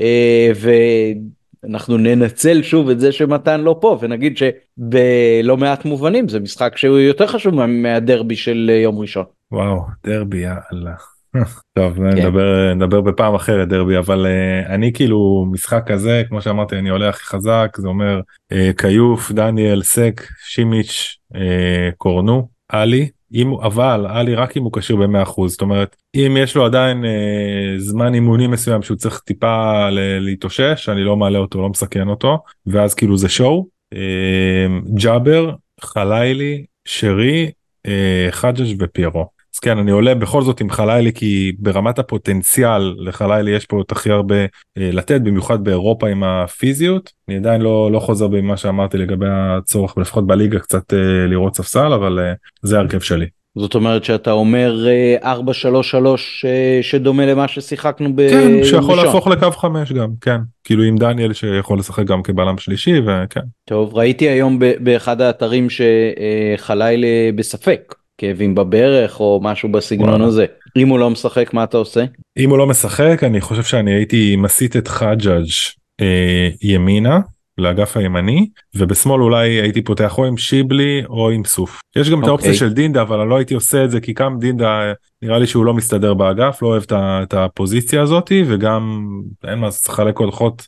ואנחנו ננצל שוב את זה שמתן לא פה, ונגיד שבלא מעט מובנים זה משחק שהוא יותר חשוב מהדרבי של יום ראשון. וואו, דרבי, יאללה. טוב, נדבר בפעם אחרת דרבי, אבל אני כאילו משחק כזה, כמו שאמרתי, אני עולה הכי חזק, זה אומר קיוף, דניאל, סק, שימיץ', קורנו, אלי, אבל אלי רק אם הוא קשיר ב-100%, זאת אומרת, אם יש לו עדיין זמן אימוני מסוים שהוא צריך טיפה להתאושש, אני לא מעלה אותו, לא מסכן אותו, ואז כאילו זה שואו, ג'אבר, חלילי, שרי, חג'ג' ופיירו. אז כן, אני עולה בכל זאת עם חלילי, כי ברמת הפוטנציאל לחלילי יש פה הכי הרבה לתת, במיוחד באירופה עם הפיזיות. אני עדיין לא חוזר במה שאמרתי לגבי הצורך, לפחות בליגה קצת לראות ספסל, אבל זה הרכב שלי. זאת אומרת שאתה אומר 4-3-3 שדומה למה ששיחקנו בראשון. כן, שיכול להפוך לקו 5 גם, כן. כאילו עם דניאל שיכול לשחק גם כבלם שלישי, וכן. טוב, ראיתי היום באחד האתרים שחלילי בספק. כאבים בברך או משהו בסגנון הזה. אם הוא לא משחק, מה אתה עושה? אם הוא לא משחק, אני חושב שאני הייתי מסיט את חג'ג' ימינה, לאגף הימני, ובשמאל אולי הייתי פותח או עם שיבלי או עם סוף. יש גם את האופציה של דינדה, אבל אני לא הייתי עושה את זה, כי גם דינדה נראה לי שהוא לא מסתדר באגף, לא אוהב את הפוזיציה הזאת, וגם אין מה, צריך לחלק עוד חוט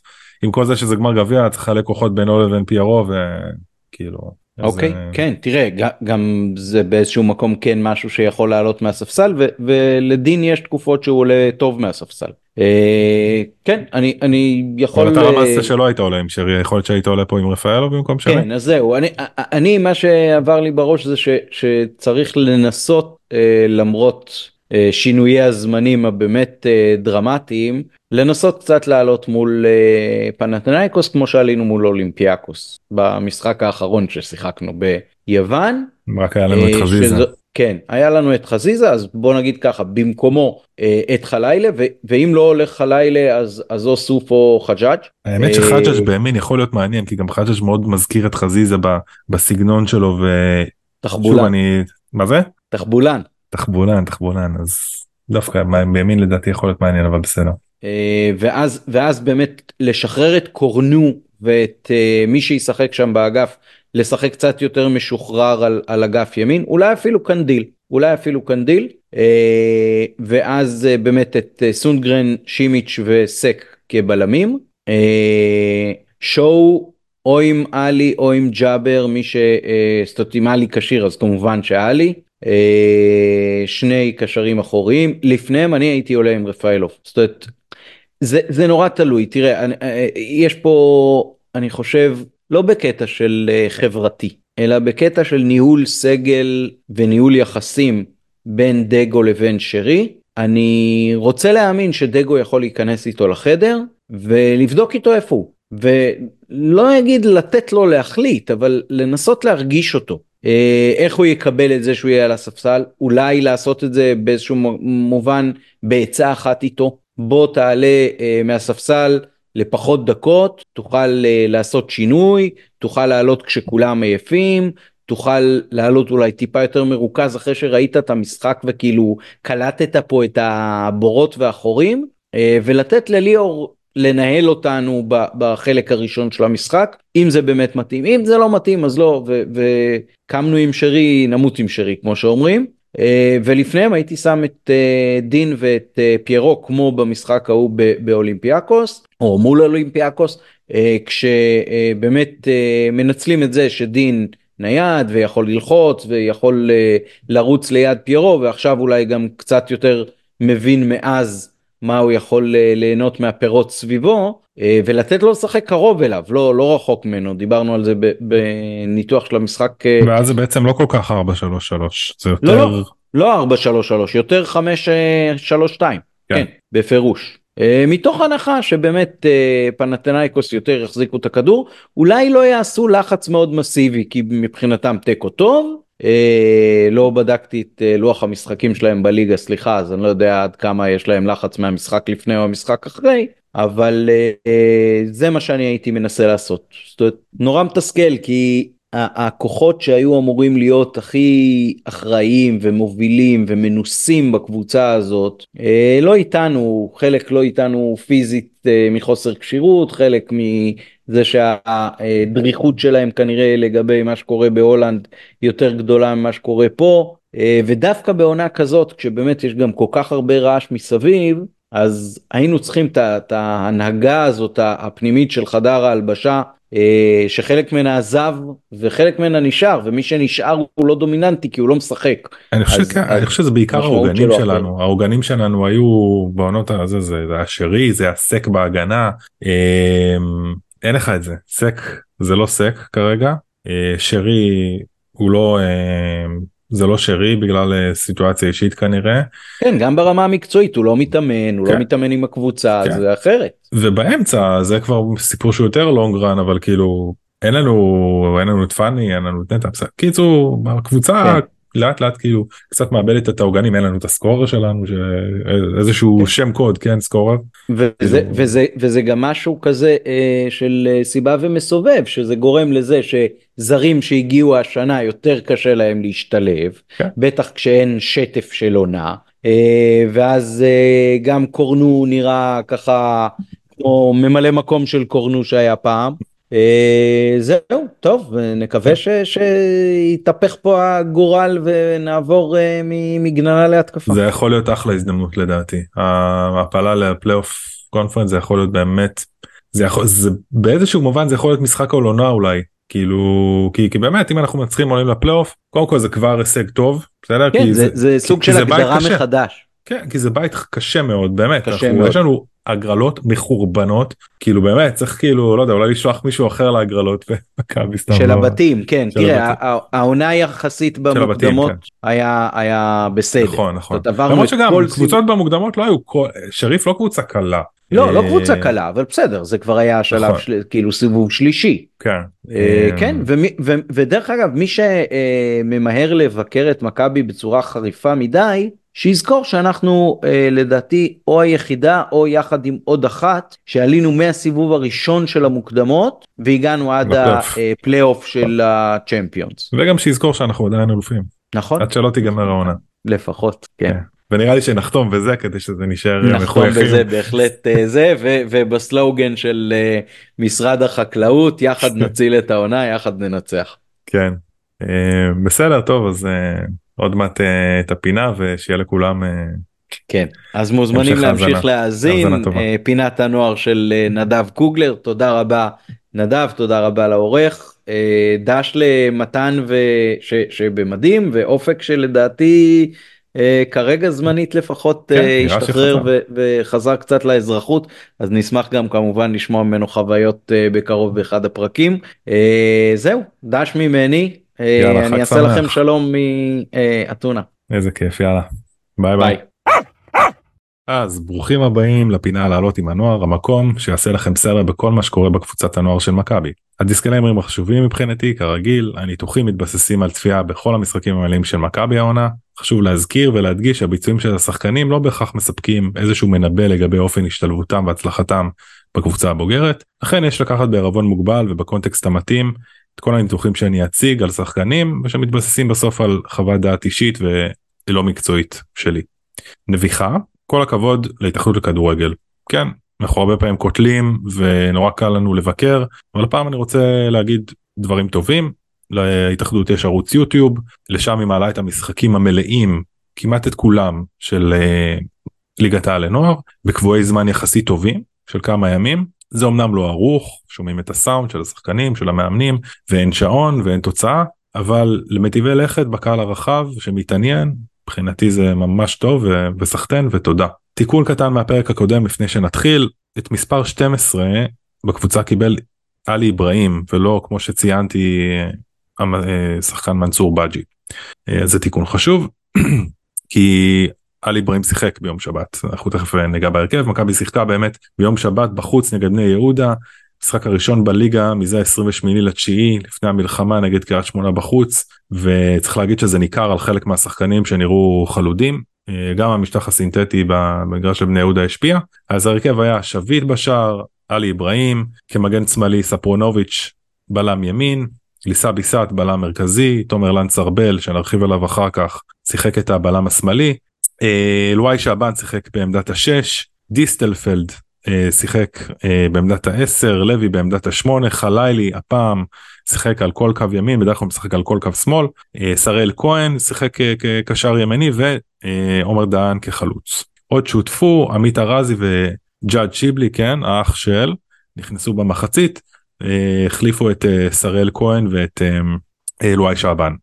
עם כל זה שזה גמר גביע, צריך לחלק כוחות בינו לבין פיירו, וכאילו... אוקיי, כן, תראה, גם זה באיזשהו מקום כן משהו שיכול לעלות מהספסל, ולדין יש תקופות שהוא עולה טוב מהספסל. כן, אני יכול... אבל אתה רמזת שלא היית עולה עם שרי, יכול להיות שהיית עולה פה עם רפאלו במקום שרי? כן, אז זהו, מה שעבר לי בראש זה שצריך לנסות, למרות שינויי הזמנים הבאמת דרמטיים, לנסות קצת לעלות מול פנתנייקוס, כמו שעלינו מול אולימפיאקוס, במשחק האחרון ששיחקנו ביוון. רק היה לנו את חזיזה. כן, היה לנו את חזיזה, אז בוא נגיד ככה, במקומו את חלילה, ואם לא הולך חלילה, אז או סוף או חג'אג'. האמת שחג'אג' בימין יכול להיות מעניין, כי גם חג'אג' מאוד מזכיר את חזיזה בסגנון שלו, תחבולן. מה זה? תחבולן. תחבולן, אז דווקא בימין לדעתי יכול להיות מעניין, אבל בסדר. ואז באמת לשחרר את קורנו ואת מי שישחק שם באגף, לשחק קצת יותר משוחרר על אגף ימין, אולי אפילו קנדיל, ואז באמת את סונגרן, שימיץ' וסק כבלמים, שואו או עם אלי או עם ג'אבר, זאת אומרת עם אלי קשיר אז כמובן שאלי, שני קשרים אחוריים, לפניהם אני הייתי עולה עם רפאלוב, זאת אומרת זה נורא תלוי, תראה, יש פה, אני חושב, לא בקטע של חברתי, אלא בקטע של ניהול סגל וניהול יחסים בין דגו לבין שרי. אני רוצה להאמין שדגו יכול להיכנס איתו לחדר, ולבדוק איתו איפה הוא, ולא אגיד לתת לו להחליט, אבל לנסות להרגיש אותו. איך הוא יקבל את זה שהוא יהיה על הספסל, אולי לעשות את זה באיזשהו מובן בעצה אחת איתו, בוא תעלה מהספסל לפחות דקות, תוכל לעשות שינוי, תוכל לעלות כשכולם עייפים, תוכל לעלות אולי טיפה יותר מרוכז אחרי שראית את המשחק וכאילו קלטת פה את הבורות והחורים, ולתת לליאור לנהל אותנו בחלק הראשון של המשחק, אם זה באמת מתאים, אם זה לא מתאים אז לא, וקמנו עם שרי, נמות עם שרי כמו שאומרים, ולפניהם הייתי שם את דין ואת פיירו כמו במשחק ההוא באולימפיאקוס, או מול אולימפיאקוס, כשבאמת מנצלים את זה שדין נייד ויכול ללחוץ ויכול לרוץ ליד פיירו, ועכשיו אולי גם קצת יותר מבין מאז מה הוא יכול ליהנות מהפירות סביבו, ולתת לו לשחק קרוב אליו, לא רחוק ממנו, דיברנו על זה בניתוח של המשחק. ואז זה בעצם לא כל כך 4-3-3, זה יותר... לא 4-3-3, יותר 5-3-2, כן, בפירוש. מתוך הנחה שבאמת פנתנייקוס יותר יחזיקו את הכדור, אולי לא יעשו לחץ מאוד מסיבי, כי מבחינתם תיקו טוב, לא בדקתי את לוח המשחקים שלהם בליגה, סליחה, אז אני לא יודע עד כמה יש להם לחץ מהמשחק לפני או המשחק אחרי, אבל זה מה שאני הייתי מנסה לעשות. זאת אומרת, נורא מתסכל, כי הכוחות שהיו אמורים להיות הכי אחראיים ומובילים ומנוסים בקבוצה הזאת, לא איתנו, חלק לא איתנו פיזית מחוסר קשירות, חלק מזה שהדריכות שלהם כנראה לגבי מה שקורה בהולנד יותר גדולה ממה שקורה פה, ודווקא בעונה כזאת, כשבאמת יש גם כל כך הרבה רעש מסביב, אז היינו צריכים את ההנהגה הזאת הפנימית של חדר ההלבשה, שחלק ממנה עזב וחלק ממנה נשאר, ומי שנשאר הוא לא דומיננטי כי הוא לא משחק. אני חושב שזה בעיקר העוגנים שלנו, העוגנים שלנו היו בעונות הזה, זה השרי, זה הסק בהגנה, אין לך את זה, סק זה לא סק כרגע, שרי הוא לא... זה לא שרי בגלל סיטואציה אישית כנראה. כן, גם ברמה המקצועית הוא לא מתאמן, הוא לא מתאמן עם הקבוצה, זה אחרת. ובאמצע זה כבר סיפור שהוא יותר לונגרן, אבל כאילו אין לנו את פאני, אין לנו את נטע, קיצור, הקבוצה לאט לאט כאילו קצת מאבדת את העוגנים, אין לנו את הסקורר שלנו, איזשהו שם קוד, כן, סקורר. וזה גם משהו כזה של סיבה ומסובב, שזה גורם לזה שזרים שהגיעו השנה יותר קשה להם להשתלב, בטח כשאין שטף של עונה, ואז גם קורנו נראה ככה כמו ממלא מקום של קורנו שהיה פעם. זהו, טוב, נקווה שיתהפך פה הגורל ונעבור מגננה להתקפה. זה יכול להיות אחלה הזדמנות לדעתי, ההפלה לפלייאוף קונפרנס זה יכול להיות באמת זה באיזשהו מובן זה יכול להיות משחק העונה אולי, כאילו, כי באמת אם אנחנו מצליחים עולים לפלייאוף, קודם כל זה כבר הישג טוב, בסדר? כן, זה סוג של הגדרה מחדש. כן, כי זה בית קשה מאוד, באמת, קשה מאוד. יש לנו הגרלות מחורבנות, כאילו באמת, צריך כאילו, לא יודע, אולי לשלוח מישהו אחר להגרלות, ומכבי סתם של לא. הבתים, כן, של תראה, הבתים. העונה יחסית של הבתים, במוקדמות כן. היה בסדר. נכון, נכון. זאת עברנו למרות את שגם כל קבוצות במוקדמות לא היו, שריף לא קבוצה קלה. לא קבוצה קלה, אבל בסדר, זה כבר היה שלב, נכון. כאילו סיבוב שלישי. כן. כן, ודרך אגב, מי שממהר לבקר את מכבי בצורה חריפה מדי, שיזכור שאנחנו לדעתי או היחידה או יחד עם עוד אחת, שעלינו מהסיבוב הראשון של המוקדמות, והגענו עד הפלייאוף של הצ'מפיונס. וגם שיזכור שאנחנו עדיין אלופים. נכון. עד שלא תיגמר העונה. לפחות, כן. ונראה לי שנחתום בזה כדי שזה נשאר מחויכים. נחתום בזה בהחלט זה, ובסלוגן של משרד החקלאות, יחד נציל את העונה, יחד ננצח. כן. בסדר, טוב, אז עוד מעט את הפינה ושיהיה לכולם. כן, אז מוזמנים להמשיך להאזין, פינת הנוער של נדב קוגלר, תודה רבה נדב, תודה רבה לעורך, דש למתן שבמדים, ואופק שלדעתי כרגע זמנית לפחות השתחרר וחזר קצת לאזרחות, אז נשמח גם כמובן לשמוע ממנו חוויות בקרוב באחד הפרקים. זהו, דש ממני, אני אעשה לכם שלום מאתונה. איזה כיף, יאללה, ביי ביי. אז ברוכים הבאים לפינה לעלות עם הנוער, המקום שיעשה לכם סדר בכל מה שקורה בקבוצת הנוער של מכבי. הדיסקליימרים החשובים מבחינתי, כרגיל, הניתוחים מתבססים על צפייה בכל המשחקים המלאים של מכבי העונה. חשוב להזכיר ולהדגיש שהביצועים של השחקנים לא בהכרח מספקים איזשהו מנבא לגבי אופן השתלבותם והצלחתם בקבוצה הבוגרת. לכן יש לקחת בערבון מוגבל ובקונטקסט המתאים את כל הניתוחים שאני אציג על שחקנים, ושמתבססים בסוף על חוות דעת אישית ולא מקצועית שלי. נביחה, כל הכבוד להתאחדות לכדורגל. כן, אנחנו הרבה פעמים קוטלים ונורא קל לנו לבקר, אבל הפעם אני רוצה להגיד דברים טובים. להתאחדות יש ערוץ יוטיוב, לשם היא מעלה את המשחקים המלאים, כמעט את כולם, של ליגת העל לנוער, בקבועי זמן יחסית טובים, של כמה ימים. זה אומנם לא ערוך, שומעים את הסאונד של השחקנים, של המאמנים, ואין שעון ואין תוצאה, אבל למטיבי לכת בקהל הרחב שמתעניין, מבחינתי זה ממש טוב וסחטן ותודה. תיקון קטן מהפרק הקודם לפני שנתחיל, את מספר 12 בקבוצה קיבל עלי אברהים, ולא כמו שציינתי שחקן מנסור בג'י. זה תיקון חשוב, כי עלי אברהים שיחק ביום שבת, אנחנו תכף ניגע בהרכב. מכבי שיחקה באמת ביום שבת בחוץ נגד בני יהודה, משחק הראשון בליגה מזה 28/9 לפני המלחמה נגד קריית שמונה בחוץ, וצריך להגיד שזה ניכר על חלק מהשחקנים שנראו חלודים, גם המשטח הסינתטי במגרש של בני יהודה השפיע. אז הרכב היה שביט בשער, עלי אברהים, כמגן שמאלי ספרונוביץ' בלם ימין, ליסה ביסט בלם מרכזי, תומר לנץ ארבל שנרחיב עליו אחר כך שיחק את הבלם השמאלי, אלוואי שעבן שיחק בעמדת ה6, דיסטלפלד שיחק בעמדת ה10, לוי בעמדת ה8, חלילי הפעם שיחק על כל קו ימין, בדרך כלל משחק על כל קו שמאל, שראל כהן שיחק כקשר ימני, ועומר דהן כחלוץ. עוד שותפו עמית ארזי וג'אד שיבלי, כן, האח של, נכנסו במחצית, החליפו את שראל כהן ואת אלוואי שעבן.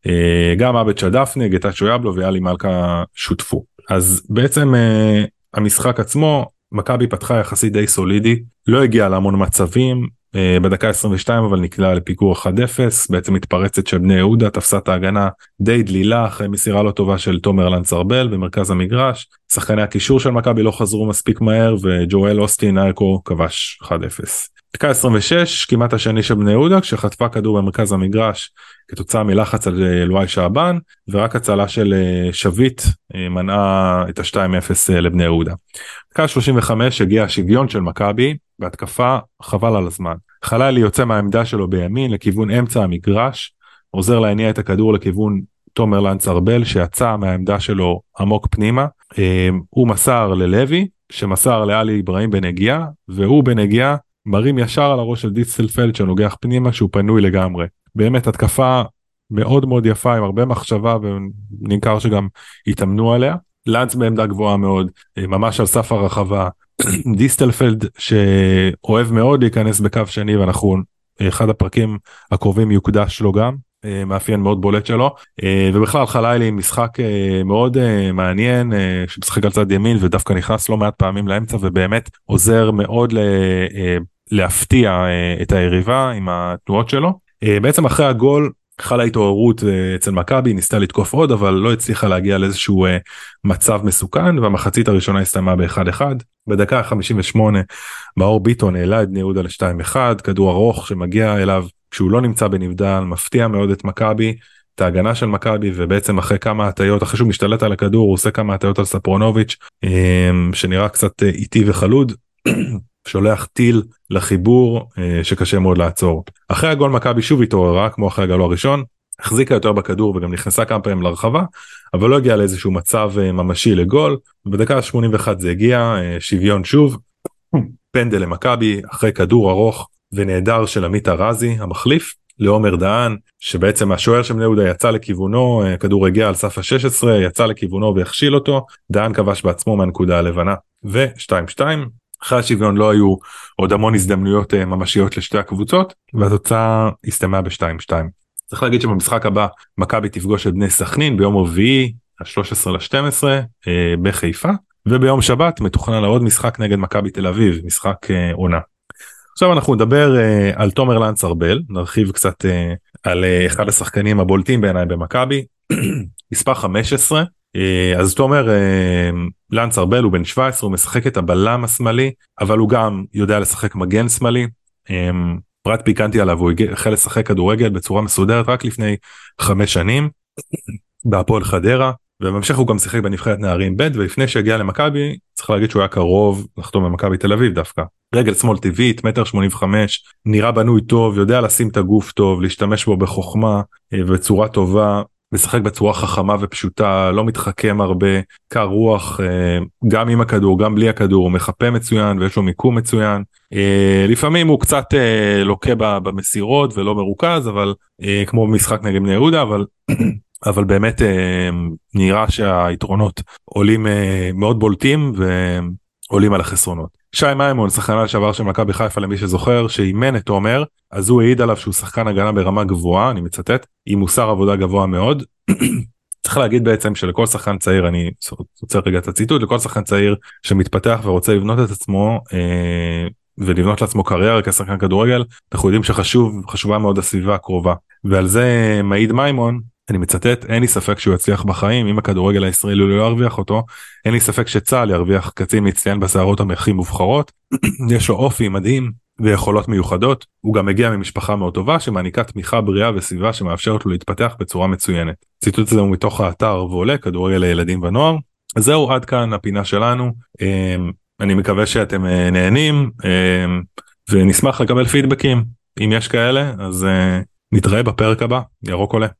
גם עבד שדפני, גטאצ'ו יבלו ואלי מלכה שותפו. אז בעצם המשחק עצמו, מכבי פתחה יחסית די סולידי, לא הגיע להמון מצבים, בדקה 22 אבל נקלע לפיגור 1-0, בעצם מתפרצת של בני יהודה, תפסה את ההגנה די דלילה, אחרי מסירה לא טובה של תומר לנץ ארבל במרכז המגרש, שחקני הקישור של מכבי לא חזרו מספיק מהר, וג'ואל אוסטין אייקו כבש 1-0. דקה 26, כמעט השני של בני יהודה, כשחטפה כדור במרכז המגרש, כתוצאה מלחץ על אלוואי שעבן, ורק הצלה של שביט מנעה את ה-2-0 לבני יהודה. דקה 35 הגיע השוויון של מכבי, בהתקפה חבל על הזמן. חלילי יוצא מהעמדה שלו בימין לכיוון אמצע המגרש, עוזר להניע את הכדור לכיוון תומר לנץ ארבל, שיצא מהעמדה שלו עמוק פנימה, הוא מסר ללוי, שמסר לעלי אברהים בנגיעה, והוא בנגיעה מרים ישר על הראש של דיסטלפלד שנוגח פנימה שהוא פנוי לגמרי. באמת התקפה מאוד מאוד יפה עם הרבה מחשבה, וניכר שגם התאמנו עליה. לנץ בעמדה גבוהה מאוד, ממש על סף הרחבה, דיסטלפלד שאוהב מאוד להיכנס בקו שני, ואנחנו, אחד הפרקים הקרובים יוקדש לו גם, מאפיין מאוד בולט שלו, ובכלל חלילי משחק מאוד מעניין, שמשחק על צד ימין ודווקא נכנס לא מעט פעמים לאמצע, ובאמת עוזר מאוד להפתיע את היריבה עם התנועות שלו. בעצם אחרי הגול חלה התעוררות אצל מכבי, ניסתה לתקוף עוד, אבל לא הצליחה להגיע לאיזשהו מצב מסוכן, והמחצית הראשונה הסתיימה ב-1-1. בדקה 58 מאור ביטון העלה את בני יהודה ל-2-1, כדור ארוך שמגיע אליו כשהוא לא נמצא בנבדל, מפתיע מאוד את מכבי, את ההגנה של מכבי, ובעצם אחרי כמה הטיות, אחרי שהוא משתלט על הכדור, הוא עושה כמה הטיות על ספרונוביץ', שנראה קצת איטי וחלוד, שולח טיל לחיבור שקשה מאוד לעצור. אחרי הגול מכבי שוב התעוררה, כמו אחרי הגול הראשון, החזיקה יותר בכדור וגם נכנסה כמה פעמים לרחבה, אבל לא הגיעה לאיזשהו מצב ממשי לגול. בדקה 81 זה הגיע, שוויון שוב, פנדל למכבי אחרי כדור ארוך ונהדר של עמית ארזי המחליף לעומר דהן, שבעצם השוער של בני יהודה יצא לכיוונו, כדור הגיע על סף ה-16, יצא לכיוונו והכשיל אותו, דהן כבש בעצמו מהנקודה הלבנה, ו-2-2. אחרי השוויון לא היו עוד המון הזדמנויות ממשיות לשתי הקבוצות, והתוצאה הסתיימה ב-2-2. צריך להגיד שבמשחק הבא מכבי תפגוש את בני סכנין ביום רביעי ה-13/12 בחיפה, וביום שבת מתוכנן לעוד משחק נגד מכבי תל אביב, משחק עונה. עכשיו אנחנו נדבר על תומר לנץ ארבל, נרחיב קצת על אחד השחקנים הבולטים בעיניי במכבי, מספר 15. אז תומר לנץ ארבל הוא בן 17, הוא משחק את הבלם השמאלי, אבל הוא גם יודע לשחק מגן שמאלי. פרט פיקנטי עליו, הוא החל לשחק כדורגל בצורה מסודרת רק לפני 5 שנים בהפועל חדרה, ובהמשך הוא גם שיחק בנבחרת נערים ב', ולפני שהגיע למכבי צריך להגיד שהוא היה קרוב לחתום במכבי תל אביב דווקא. רגל שמאל טבעית, 1.85 מטר, נראה בנוי טוב, יודע לשים את הגוף טוב, להשתמש בו בחוכמה ובצורה טובה, משחק בצורה חכמה ופשוטה, לא מתחכם הרבה, קר רוח, גם עם הכדור, גם בלי הכדור, הוא מחפה מצוין ויש לו מיקום מצוין. לפעמים הוא קצת לוקה במסירות ולא מרוכז, אבל כמו במשחק נגד בני יהודה, אבל באמת נראה שהיתרונות עולים מאוד בולטים ועולים על החסרונות. שי מימון, שחקן לשעבר של מכבי חיפה, למי שזוכר, שאימן את תומר, אז הוא העיד עליו שהוא שחקן הגנה ברמה גבוהה, אני מצטט, עם מוסר עבודה גבוה מאוד. צריך להגיד בעצם שלכל שחקן צעיר, אני רוצה רגע את הציטוט, לכל שחקן צעיר שמתפתח ורוצה לבנות את עצמו, ולבנות לעצמו קריירה כשחקן כדורגל, אנחנו יודעים שחשובה מאוד הסביבה הקרובה, ועל זה מעיד מימון, אני מצטט, אין לי ספק שהוא יצליח בחיים, אם הכדורגל הישראלי לא ירוויח אותו, אין לי ספק שצה"ל ירוויח קצין מצטיין בסערות הכי מובחרות, יש לו אופי מדהים ויכולות מיוחדות, הוא גם מגיע ממשפחה מאוד טובה שמעניקה תמיכה בריאה וסביבה שמאפשרת לו להתפתח בצורה מצוינת. ציטוט הזה הוא מתוך האתר ועולה, כדורגל לילדים ונוער. אז זהו, עד כאן הפינה שלנו, אני מקווה שאתם נהנים, ונשמח לקבל פידבקים, אם יש כאלה, אז נתראה בפרק הבא, ירוק עולה.